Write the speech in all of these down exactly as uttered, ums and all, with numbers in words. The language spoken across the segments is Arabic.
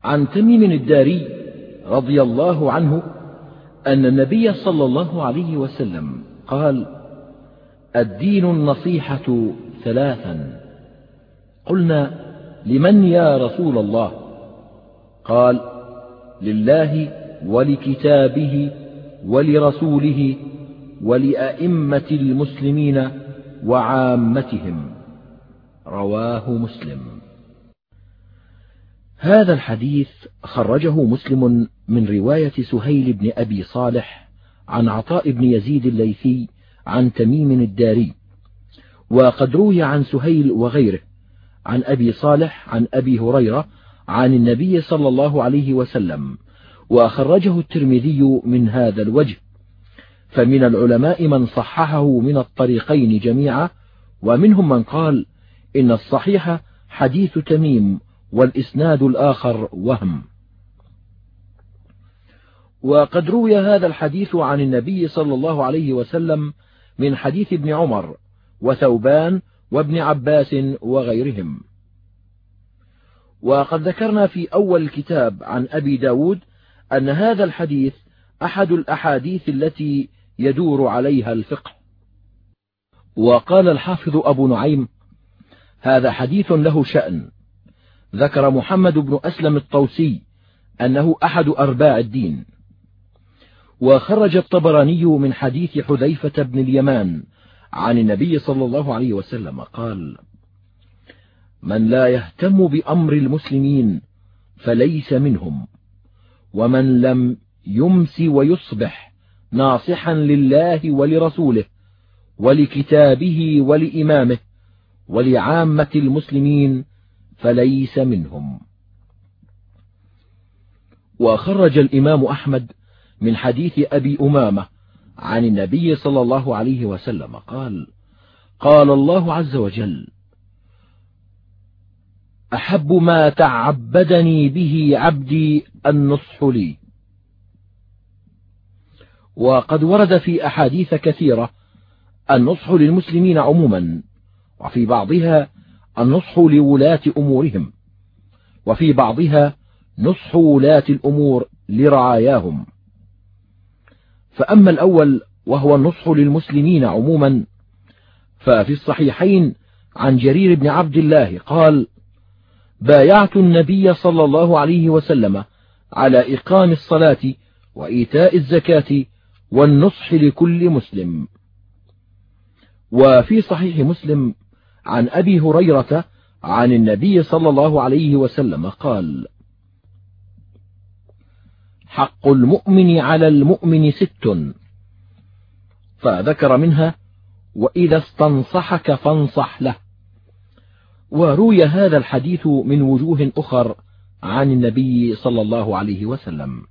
عن تميم الداري رضي الله عنه أن النبي صلى الله عليه وسلم قال: الدين النصيحة ثلاثا. قلنا: لمن يا رسول الله؟ قال: لله ولكتابه ولرسوله ولأئمة المسلمين وعامتهم. رواه مسلم. هذا الحديث خرجه مسلم من رواية سهيل بن أبي صالح عن عطاء بن يزيد الليثي عن تميم الداري، وقد روي عن سهيل وغيره عن أبي صالح عن أبي هريرة عن النبي صلى الله عليه وسلم، وخرجه الترمذي من هذا الوجه. فمن العلماء من صححه من الطريقين جميعا، ومنهم من قال إن الصحيح حديث تميم والإسناد الآخر وهم. وقد روي هذا الحديث عن النبي صلى الله عليه وسلم من حديث ابن عمر وثوبان وابن عباس وغيرهم. وقد ذكرنا في أول الكتاب عن أبي داود أن هذا الحديث أحد الأحاديث التي يدور عليها الفقه. وقال الحافظ أبو نعيم: هذا حديث له شأن. ذكر محمد بن أسلم الطوسي أنه أحد أرباع الدين. وخرج الطبراني من حديث حذيفة بن اليمان عن النبي صلى الله عليه وسلم قال: من لا يهتم بأمر المسلمين فليس منهم، ومن لم يمس ويصبح ناصحا لله ولرسوله ولكتابه ولإمامه ولعامة المسلمين فليس منهم. وخرج الإمام أحمد من حديث أبي أمامة عن النبي صلى الله عليه وسلم قال: قال الله عز وجل: أحب ما تعبدني به عبدي النصح لي. وقد ورد في أحاديث كثيرة النصح للمسلمين عموما، وفي بعضها النصح لولاة أمورهم، وفي بعضها نصح ولاة الأمور لرعاياهم. فأما الأول وهو النصح للمسلمين عموما، ففي الصحيحين عن جرير بن عبد الله قال: بايعت النبي صلى الله عليه وسلم على إقام الصلاة وإيتاء الزكاة والنصح لكل مسلم. وفي صحيح مسلم عن أبي هريرة عن النبي صلى الله عليه وسلم قال: حق المؤمن على المؤمن ست، فذكر منها: وإذا استنصحك فانصح له. وروي هذا الحديث من وجوه أخر عن النبي صلى الله عليه وسلم.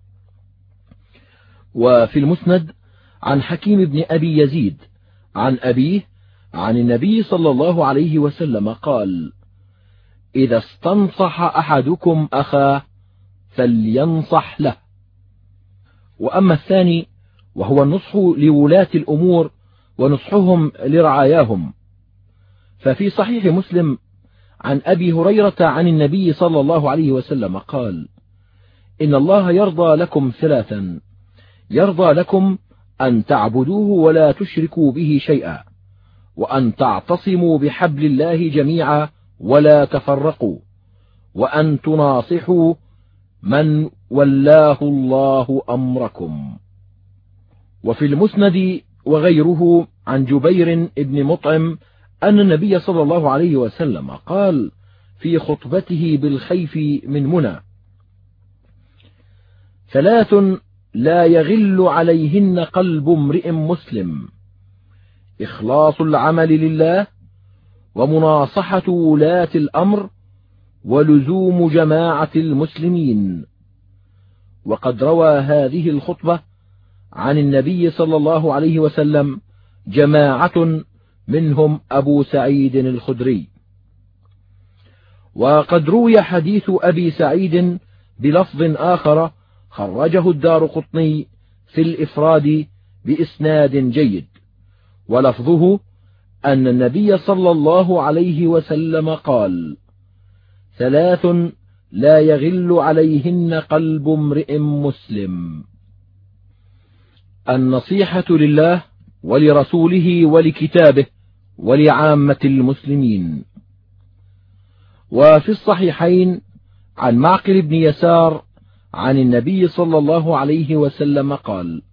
وفي المسند عن حكيم بن أبي يزيد عن أبيه عن النبي صلى الله عليه وسلم قال: إذا استنصح أحدكم أخاه فلينصح له. وأما الثاني وهو النصح لولاة الأمور ونصحهم لرعاياهم، ففي صحيح مسلم عن أبي هريرة عن النبي صلى الله عليه وسلم قال: إن الله يرضى لكم ثلاثا: يرضى لكم أن تعبدوه ولا تشركوا به شيئا، وأن تعتصموا بحبل الله جميعا ولا تفرقوا، وأن تناصحوا من ولاه الله أمركم. وفي المسند وغيره عن جبير بن مطعم أن النبي صلى الله عليه وسلم قال في خطبته بالخيف من منى: ثلاث لا يغل عليهن قلب امرئ مسلم: إخلاص العمل لله، ومناصحة ولاة الأمر، ولزوم جماعة المسلمين. وقد روى هذه الخطبة عن النبي صلى الله عليه وسلم جماعة منهم أبو سعيد الخدري. وقد روي حديث أبي سعيد بلفظ آخر خرجه الدارقطني في الإفراد بإسناد جيد، ولفظه أن النبي صلى الله عليه وسلم قال: ثلاث لا يغل عليهن قلب امرئ مسلم. النصيحة لله ولرسوله ولكتابه ولعامة المسلمين. وفي الصحيحين عن معقل بن يسار عن النبي صلى الله عليه وسلم قال: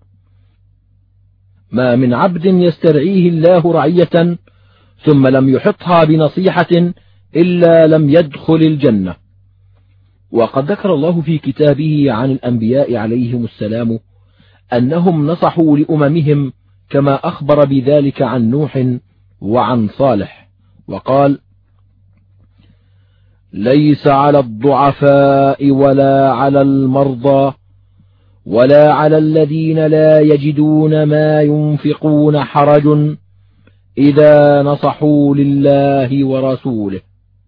ما من عبد يسترعيه الله رعية ثم لم يحطها بنصيحة إلا لم يدخل الجنة. وقد ذكر الله في كتابه عن الأنبياء عليهم السلام أنهم نصحوا لأممهم كما أخبر بذلك عن نوح وعن صالح، وقال: ليس على الضعفاء ولا على المرضى ولا على الذين لا يجدون ما ينفقون حرج إذا نصحوا لله ورسوله.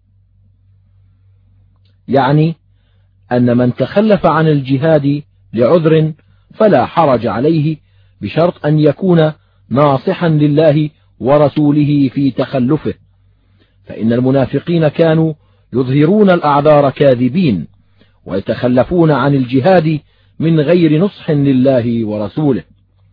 يعني أن من تخلف عن الجهاد لعذر فلا حرج عليه، بشرط أن يكون ناصحا لله ورسوله في تخلفه، فإن المنافقين كانوا يظهرون الأعذار كاذبين ويتخلفون عن الجهاد من غير نصح لله ورسوله.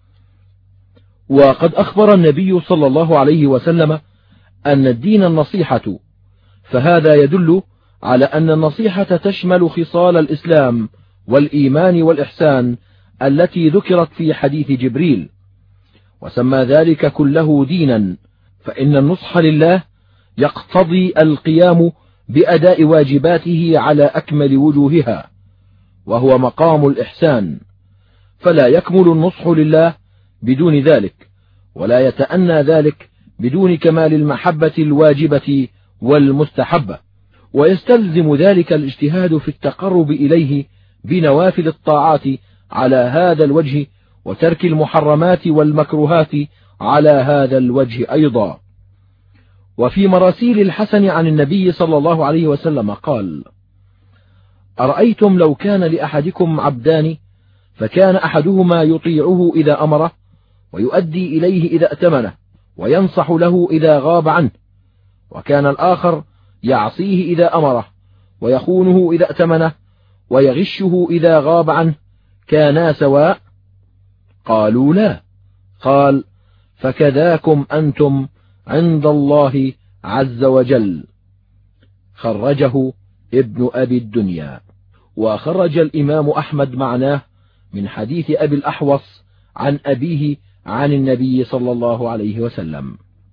وقد أخبر النبي صلى الله عليه وسلم أن الدين النصيحة، فهذا يدل على أن النصيحة تشمل خصال الإسلام والإيمان والإحسان التي ذكرت في حديث جبريل، وسمى ذلك كله دينا، فإن النصح لله يقتضي القيام بأداء واجباته على أكمل وجوهها، وهو مقام الإحسان، فلا يكمل النصح لله بدون ذلك، ولا يتأنى ذلك بدون كمال المحبة الواجبة والمستحبة، ويستلزم ذلك الاجتهاد في التقرب إليه بنوافل الطاعات على هذا الوجه، وترك المحرمات والمكروهات على هذا الوجه أيضا. وفي مراسيل الحسن عن النبي صلى الله عليه وسلم قال: أرأيتم لو كان لأحدكم عبدان، فكان أحدهما يطيعه إذا أمره ويؤدي إليه إذا ائتمنه وينصح له إذا غاب عنه، وكان الآخر يعصيه إذا أمره ويخونه إذا ائتمنه ويغشه إذا غاب عنه، كانا سواء؟ قالوا لا. قال: فكذاكم أنتم عند الله عز وجل. خرجه ابن أبي الدنيا. وخرج الإمام أحمد معناه من حديث أبي الأحوص عن أبيه عن النبي صلى الله عليه وسلم.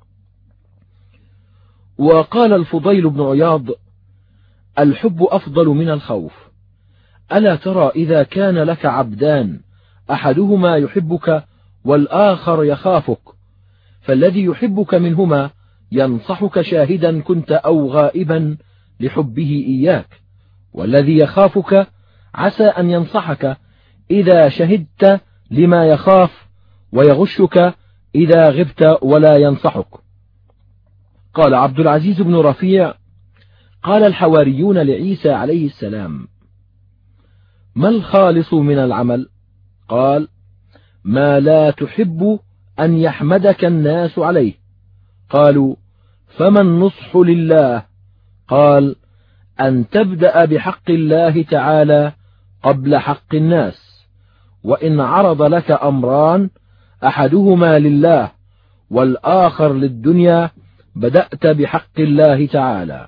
وقال الفضيل بن عياض: الحب أفضل من الخوف. ألا ترى إذا كان لك عبدان أحدهما يحبك والآخر يخافك، فالذي يحبك منهما ينصحك شاهدا كنت أو غائبا لحبه إياك، والذي يخافك عسى أن ينصحك إذا شهدت لما يخاف، ويغشك إذا غبت ولا ينصحك. قال عبد العزيز بن رفيع: قال الحواريون لعيسى عليه السلام: ما الخالص من العمل؟ قال: ما لا تحب أن يحمدك الناس عليه. قالوا: فما النصح لله؟ قال: أن تبدأ بحق الله تعالى قبل حق الناس، وإن عرض لك أمران أحدهما لله والآخر للدنيا بدأت بحق الله تعالى.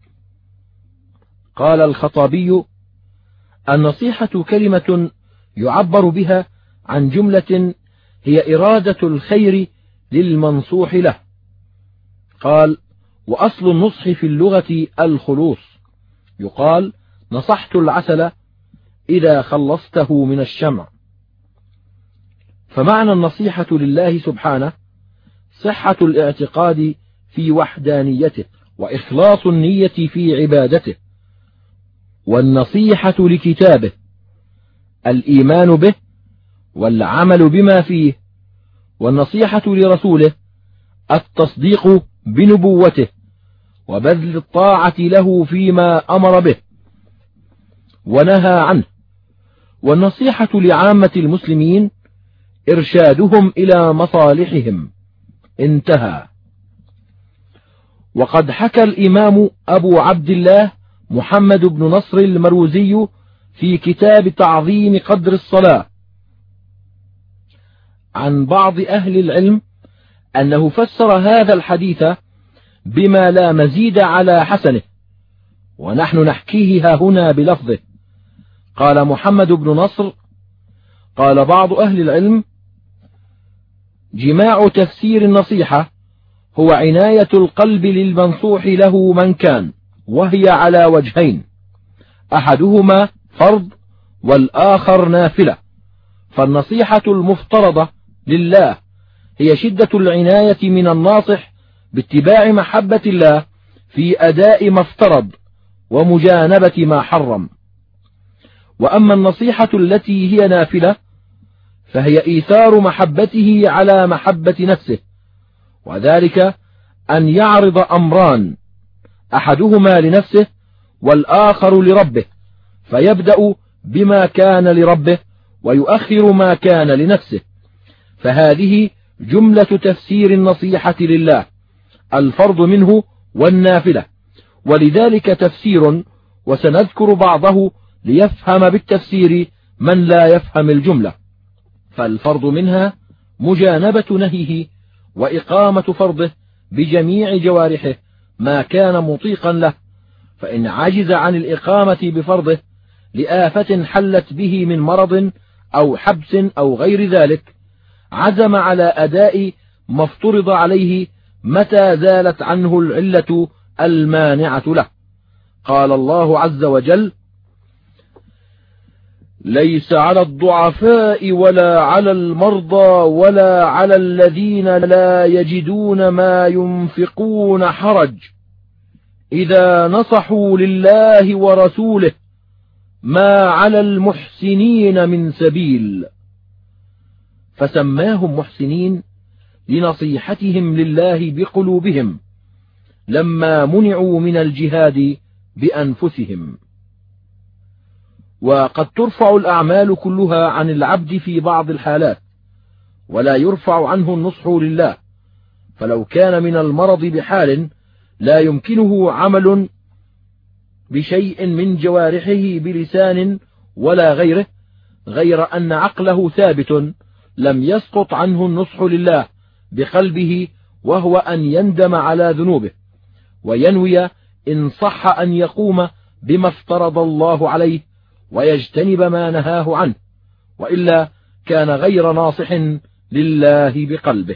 قال الخطابي: النصيحة كلمة يعبر بها عن جملة هي إرادة الخير للمنصوح له. قال: وأصل النصح في اللغة الخلوص، يقال: نصحت العسل إذا خلصته من الشمع. فمعنى النصيحة لله سبحانه صحة الاعتقاد في وحدانيته وإخلاص النية في عبادته، والنصيحة لكتابه الإيمان به والعمل بما فيه، والنصيحة لرسوله التصديق بنبوته وبذل الطاعة له فيما أمر به ونهى عنه، والنصيحة لعامة المسلمين إرشادهم إلى مصالحهم. انتهى. وقد حكى الإمام أبو عبد الله محمد بن نصر المروزي في كتاب تعظيم قدر الصلاة عن بعض أهل العلم أنه فسر هذا الحديث بما لا مزيد على حسنه، ونحن نحكيه هنا بلفظه. قال محمد بن نصر: قال بعض أهل العلم: جماع تفسير النصيحة هو عناية القلب للمنصوح له من كان، وهي على وجهين: أحدهما فرض والآخر نافلة. فالنصيحة المفترضة لله هي شدة العناية من الناصح باتباع محبة الله في أداء ما افترض ومجانبة ما حرم. وأما النصيحة التي هي نافلة فهي إيثار محبته على محبة نفسه، وذلك أن يعرض أمران أحدهما لنفسه والآخر لربه، فيبدأ بما كان لربه ويؤخر ما كان لنفسه. فهذه جملة تفسير النصيحة لله، الفرض منه والنافلة، ولذلك تفسير، وسنذكر بعضه ليفهم بالتفسير من لا يفهم الجملة. فالفرض منها مجانبة نهيه وإقامة فرضه بجميع جوارحه ما كان مطيقا له، فإن عجز عن الإقامة بفرضه لآفة حلت به من مرض أو حبس أو غير ذلك، عزم على أداء ما افترض عليه متى زالت عنه العلة المانعة له. قال الله عز وجل: ليس على الضعفاء ولا على المرضى ولا على الذين لا يجدون ما ينفقون حرج إذا نصحوا لله ورسوله ما على المحسنين من سبيل. فسماهم محسنين لنصيحتهم لله بقلوبهم لما منعوا من الجهاد بأنفسهم. وقد ترفع الأعمال كلها عن العبد في بعض الحالات، ولا يرفع عنه النصح لله، فلو كان من المرض بحال لا يمكنه عمل بشيء من جوارحه بلسان ولا غيره، غير أن عقله ثابت، لم يسقط عنه النصح لله بقلبه، وهو أن يندم على ذنوبه وينوي إن صح أن يقوم بما افترض الله عليه ويجتنب ما نهاه عنه، وإلا كان غير ناصح لله بقلبه.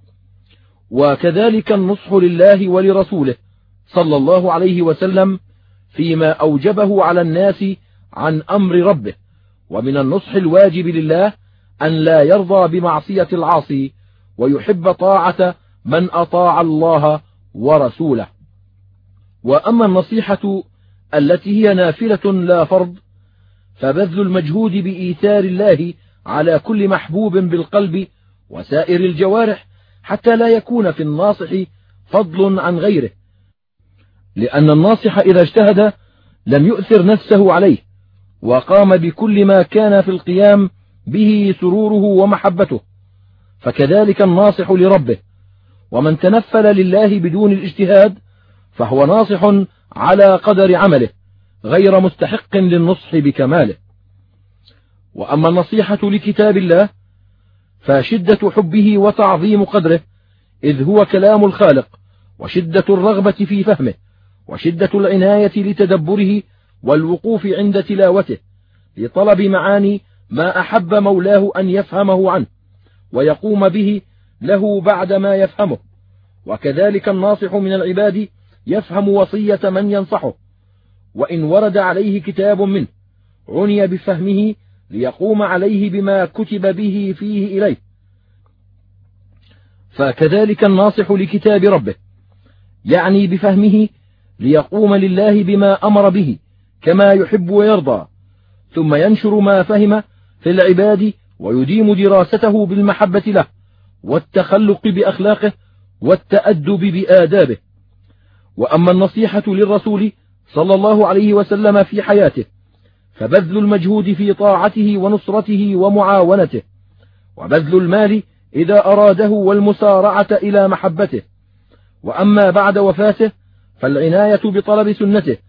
وكذلك النصح لله ولرسوله صلى الله عليه وسلم فيما أوجبه على الناس عن أمر ربه. ومن النصح الواجب لله أن لا يرضى بمعصية العاصي ويحب طاعة من أطاع الله ورسوله. وأما النصيحة التي هي نافلة لا فرض فبذل المجهود بإيثار الله على كل محبوب بالقلب وسائر الجوارح، حتى لا يكون في الناصح فضل عن غيره، لأن الناصح إذا اجتهد لم يؤثر نفسه عليه، وقام بكل ما كان في القيام به سروره ومحبته. فكذلك الناصح لربه، ومن تنفل لله بدون الاجتهاد فهو ناصح على قدر عمله غير مستحق للنصح بكماله. وأما النصيحة لكتاب الله فشدة حبه وتعظيم قدره، إذ هو كلام الخالق، وشدة الرغبة في فهمه، وشدة العناية لتدبره والوقوف عند تلاوته لطلب معاني ما أحب مولاه أن يفهمه عنه ويقوم به له بعد ما يفهمه. وكذلك الناصح من العباد يفهم وصية من ينصحه، وإن ورد عليه كتاب منه عني بفهمه ليقوم عليه بما كتب به فيه إليه. فكذلك الناصح لكتاب ربه يعني بفهمه ليقوم لله بما أمر به كما يحب ويرضى، ثم ينشر ما فهم في العباد ويديم دراسته بالمحبة له والتخلق بأخلاقه والتأدب بآدابه. وأما النصيحة للرسول صلى الله عليه وسلم في حياته فبذل المجهود في طاعته ونصرته ومعاونته، وبذل المال إذا أراده والمسارعة إلى محبته. وأما بعد وفاته فالعناية بطلب سنته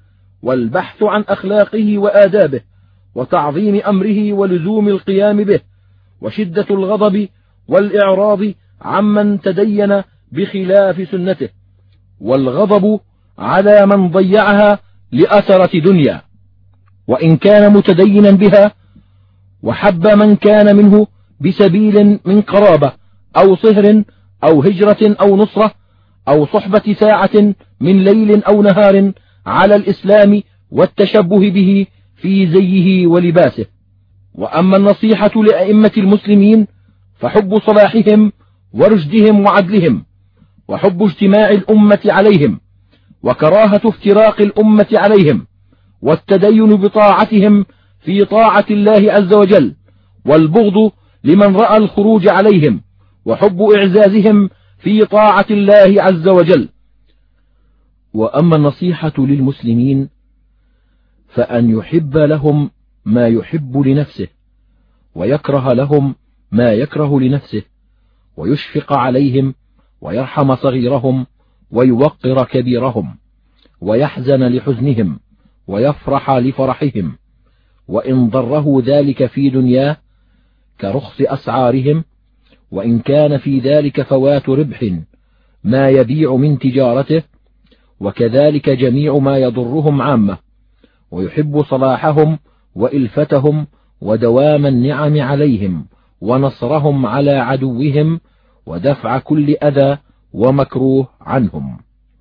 والبحث عن أخلاقه وآدابه، وتعظيم أمره ولزوم القيام به، وشدة الغضب والإعراض عمن تدين بخلاف سنته، والغضب على من ضيعها لأثرة دنيا وإن كان متدينا بها، وحب من كان منه بسبيل من قرابة أو صهر أو هجرة أو نصرة أو صحبة ساعة من ليل أو نهار على الإسلام والتشبه به في زيه ولباسه. وأما النصيحة لأئمة المسلمين فحب صلاحهم ورشدهم وعدلهم، وحب اجتماع الأمة عليهم، وكراهة افتراق الأمة عليهم، والتدين بطاعتهم في طاعة الله عز وجل، والبغض لمن رأى الخروج عليهم، وحب إعزازهم في طاعة الله عز وجل. وأما النصيحة للمسلمين فأن يحب لهم ما يحب لنفسه، ويكره لهم ما يكره لنفسه، ويشفق عليهم ويرحم صغيرهم ويوقر كبيرهم، ويحزن لحزنهم ويفرح لفرحهم، وإن ضره ذلك في دنياه كرخص أسعارهم، وإن كان في ذلك فوات ربح ما يبيع من تجارته، وكذلك جميع ما يضرهم عامة، ويحب صلاحهم وإلفتهم ودوام النعم عليهم ونصرهم على عدوهم ودفع كل أذى ومكروه عنهم.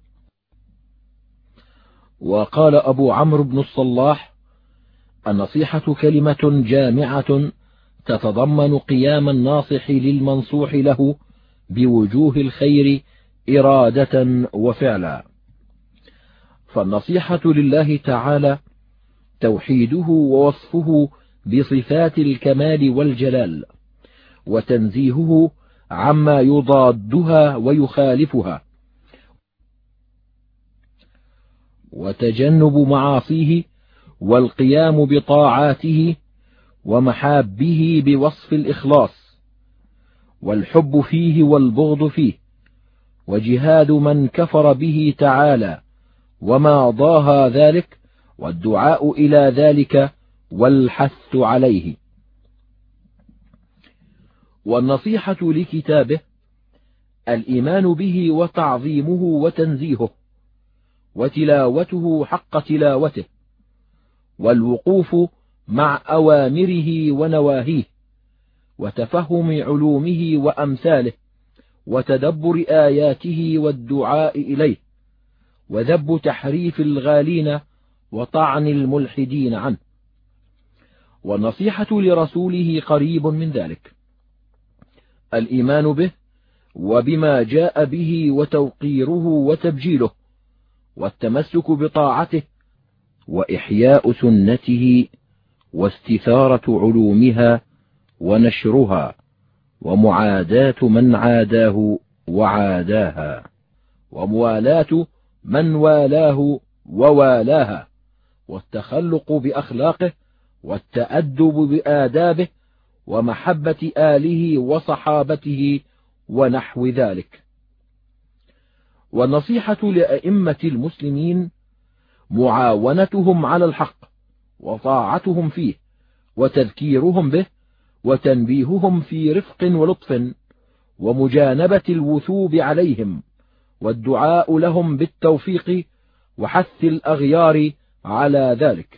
وقال أبو عمرو بن الصلاح: النصيحة كلمة جامعة تتضمن قيام الناصح للمنصوح له بوجوه الخير إرادة وفعلا. فالنصيحة لله تعالى توحيده ووصفه بصفات الكمال والجلال، وتنزيهه عما يضادها ويخالفها، وتجنب معاصيه، والقيام بطاعاته، ومحابه بوصف الإخلاص، والحب فيه والبغض فيه، وجهاد من كفر به تعالى وما ضاها ذلك، والدعاء إلى ذلك والحث عليه. والنصيحة لكتابه الإيمان به وتعظيمه وتنزيهه، وتلاوته حق تلاوته، والوقوف مع أوامره ونواهيه، وتفهم علومه وأمثاله، وتدبر آياته والدعاء إليه، وذب تحريف الغالين وطعن الملحدين عنه. والنصيحة لرسوله قريب من ذلك، الإيمان به وبما جاء به وتوقيره وتبجيله، والتمسك بطاعته، وإحياء سنته، واستثارة علومها ونشرها، ومعاداة من عاداه وعاداها، وموالاة من والاه ووالاها، والتخلق بأخلاقه، والتأدب بآدابه، ومحبة آله وصحابته ونحو ذلك. والنصيحة لأئمة المسلمين معاونتهم على الحق، وطاعتهم فيه، وتذكيرهم به، وتنبيههم في رفق ولطف، ومجانبة الوثوب عليهم، والدعاء لهم بالتوفيق، وحث الأغيار على ذلك.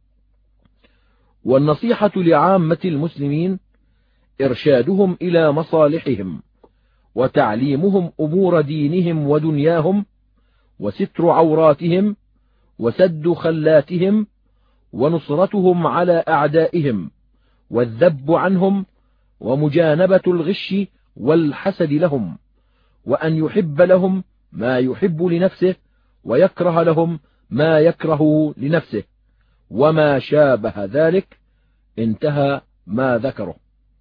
والنصيحة لعامة المسلمين إرشادهم إلى مصالحهم، وتعليمهم أمور دينهم ودنياهم، وستر عوراتهم، وسد خلاتهم، ونصرتهم على أعدائهم، والذب عنهم، ومجانبة الغش والحسد لهم، وأن يحب لهم ما يحب لنفسه، ويكره لهم ما يكره لنفسه، وما شابه ذلك. انتهى ما ذكره.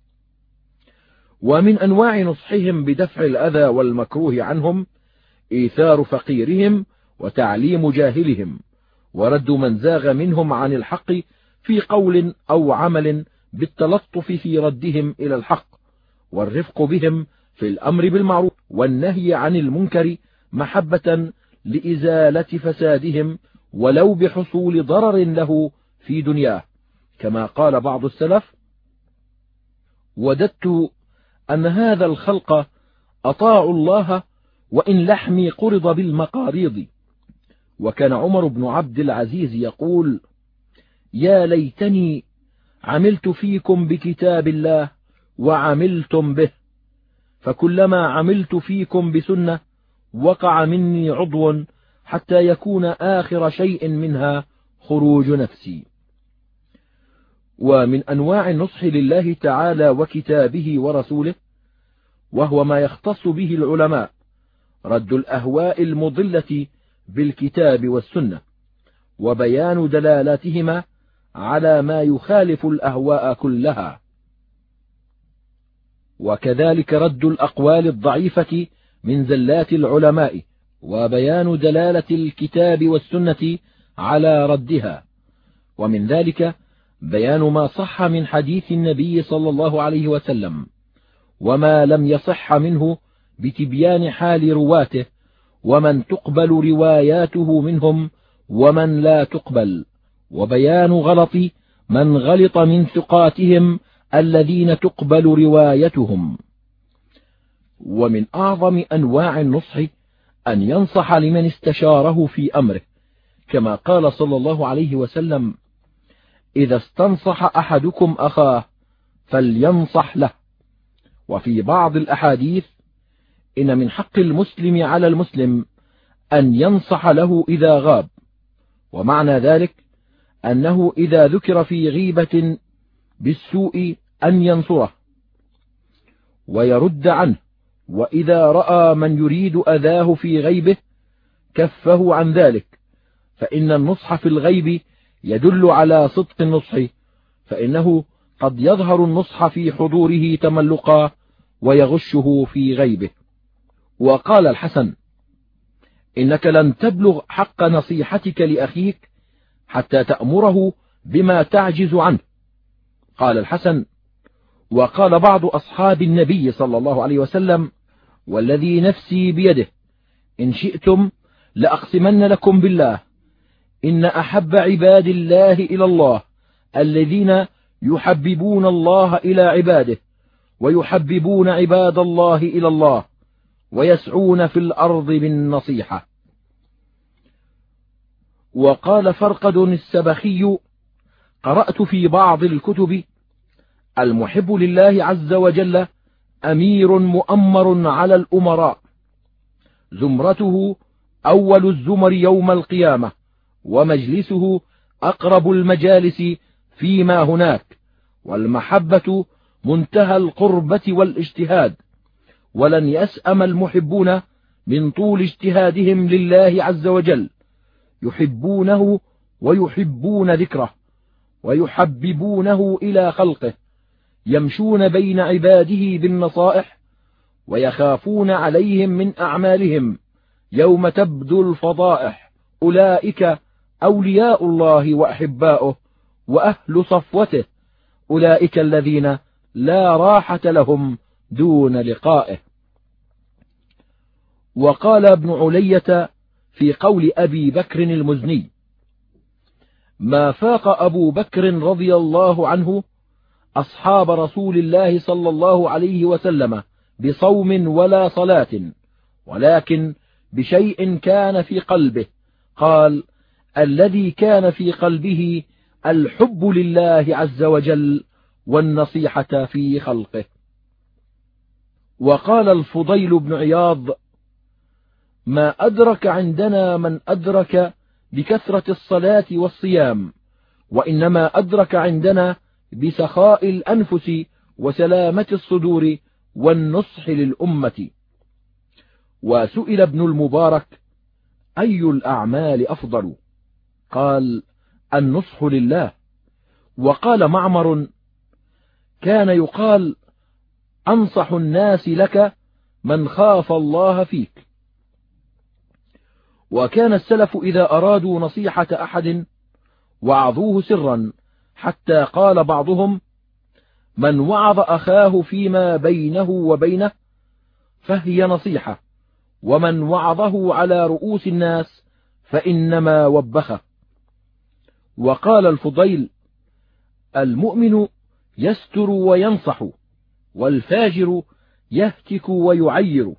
ومن أنواع نصحهم بدفع الأذى والمكروه عنهم إيثار فقيرهم، وتعليم جاهلهم، ورد من زاغ منهم عن الحق في قول أو عمل بالتلطف في ردهم إلى الحق، والرفق بهم في الأمر بالمعروف والنهي عن المنكر، محبة لإزالة فسادهم ولو بحصول ضرر له في دنياه، كما قال بعض السلف: وددت أن هذا الخلق أطاعوا الله وإن لحمي قرض بالمقاريض. وكان عمر بن عبد العزيز يقول: يا ليتني عملت فيكم بكتاب الله وعملتم به، فكلما عملت فيكم بسنة وقع مني عضو حتى يكون آخر شيء منها خروج نفسي. ومن أنواع النصح لله تعالى وكتابه ورسوله، وهو ما يختص به العلماء، رد الأهواء المضلة بالكتاب والسنة، وبيان دلالاتهما على ما يخالف الأهواء كلها، وكذلك رد الأقوال الضعيفة من زلات العلماء، وبيان دلالة الكتاب والسنة على ردها. ومن ذلك بيان ما صح من حديث النبي صلى الله عليه وسلم، وما لم يصح منه بتبيان حال رواته، ومن تقبل رواياته منهم ومن لا تقبل، وبيان غلط من غلط من ثقاتهم الذين تقبل روايتهم. ومن أعظم أنواع النصح أن ينصح لمن استشاره في أمره، كما قال صلى الله عليه وسلم: إذا استنصح أحدكم أخاه فلينصح له. وفي بعض الأحاديث: إن من حق المسلم على المسلم أن ينصح له إذا غاب. ومعنى ذلك أنه إذا ذكر في غيبة بالسوء أن ينصره ويرد عنه، وإذا رأى من يريد أذاه في غيبه كفه عن ذلك، فإن النصح في الغيب يدل على صدق النصح، فإنه قد يظهر النصح في حضوره تملقا ويغشه في غيبه. وقال الحسن: إنك لن تبلغ حق نصيحتك لأخيك حتى تأمره بما تعجز عنه. قال الحسن: وقال بعض أصحاب النبي صلى الله عليه وسلم: والذي نفسي بيده إن شئتم لأقسمن لكم بالله إن أحب عباد الله إلى الله الذين يحببون الله إلى عباده، ويحببون عباد الله إلى الله، ويسعون في الأرض بالنصيحة. وقال فرقد السبخي: قرأت في بعض الكتب: المحب لله عز وجل أمير مؤمر على الأمراء، زمرته أول الزمر يوم القيامة، ومجلسه أقرب المجالس فيما هناك، والمحبة منتهى القربة والاجتهاد، ولن يسأم المحبون من طول اجتهادهم لله عز وجل، يحبونه ويحبون ذكره، ويحببونه إلى خلقه، يمشون بين عباده بالنصائح، ويخافون عليهم من أعمالهم يوم تبدو الفضائح. أولئك أولياء الله وأحباؤه وأهل صفوته، أولئك الذين لا راحة لهم دون لقائه. وقال ابن علية في قول أبي بكر المزني: ما فاق أبو بكر رضي الله عنه أصحاب رسول الله صلى الله عليه وسلم بصوم ولا صلاة، ولكن بشيء كان في قلبه. قال: الذي كان في قلبه الحب لله عز وجل والنصيحة في خلقه. وقال الفضيل بن عياض: ما أدرك عندنا من أدرك بكثرة الصلاة والصيام، وإنما أدرك عندنا بسخاء الأنفس وسلامة الصدور والنصح للأمة. وسئل ابن المبارك: أي الأعمال أفضل؟ قال: النصح لله. وقال معمر: كان يقال: أنصح الناس لك من خاف الله فيك. وكان السلف إذا أرادوا نصيحة أحد وعظوه سرا، حتى قال بعضهم: من وعظ أخاه فيما بينه وبينه فهي نصيحة، ومن وعظه على رؤوس الناس فإنما وبخه. وقال الفضيل: المؤمن يستر وينصح، والفاجر يهتك ويعير.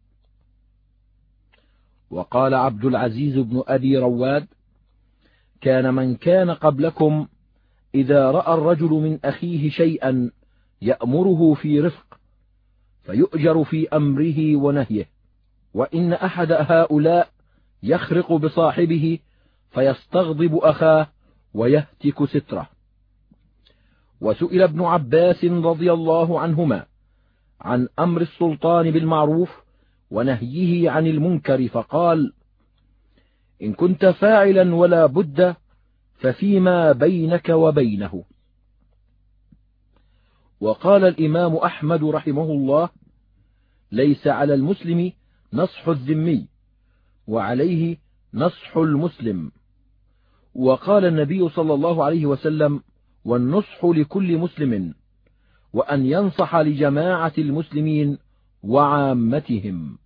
وقال عبد العزيز بن أبي رواد: كان من كان قبلكم إذا رأى الرجل من أخيه شيئا يأمره في رفق فيؤجر في أمره ونهيه، وإن أحد هؤلاء يخرق بصاحبه فيستغضب أخاه ويهتك ستره. وسئل ابن عباس رضي الله عنهما عن أمر السلطان بالمعروف ونهيه عن المنكر فقال: إن كنت فاعلا ولا بد ففيما بينك وبينه. وقال الإمام أحمد رحمه الله: ليس على المسلم نصح الذمي، وعليه نصح المسلم. وقال النبي صلى الله عليه وسلم: والنصح لكل مسلم، وأن ينصح لجماعة المسلمين وعامتهم.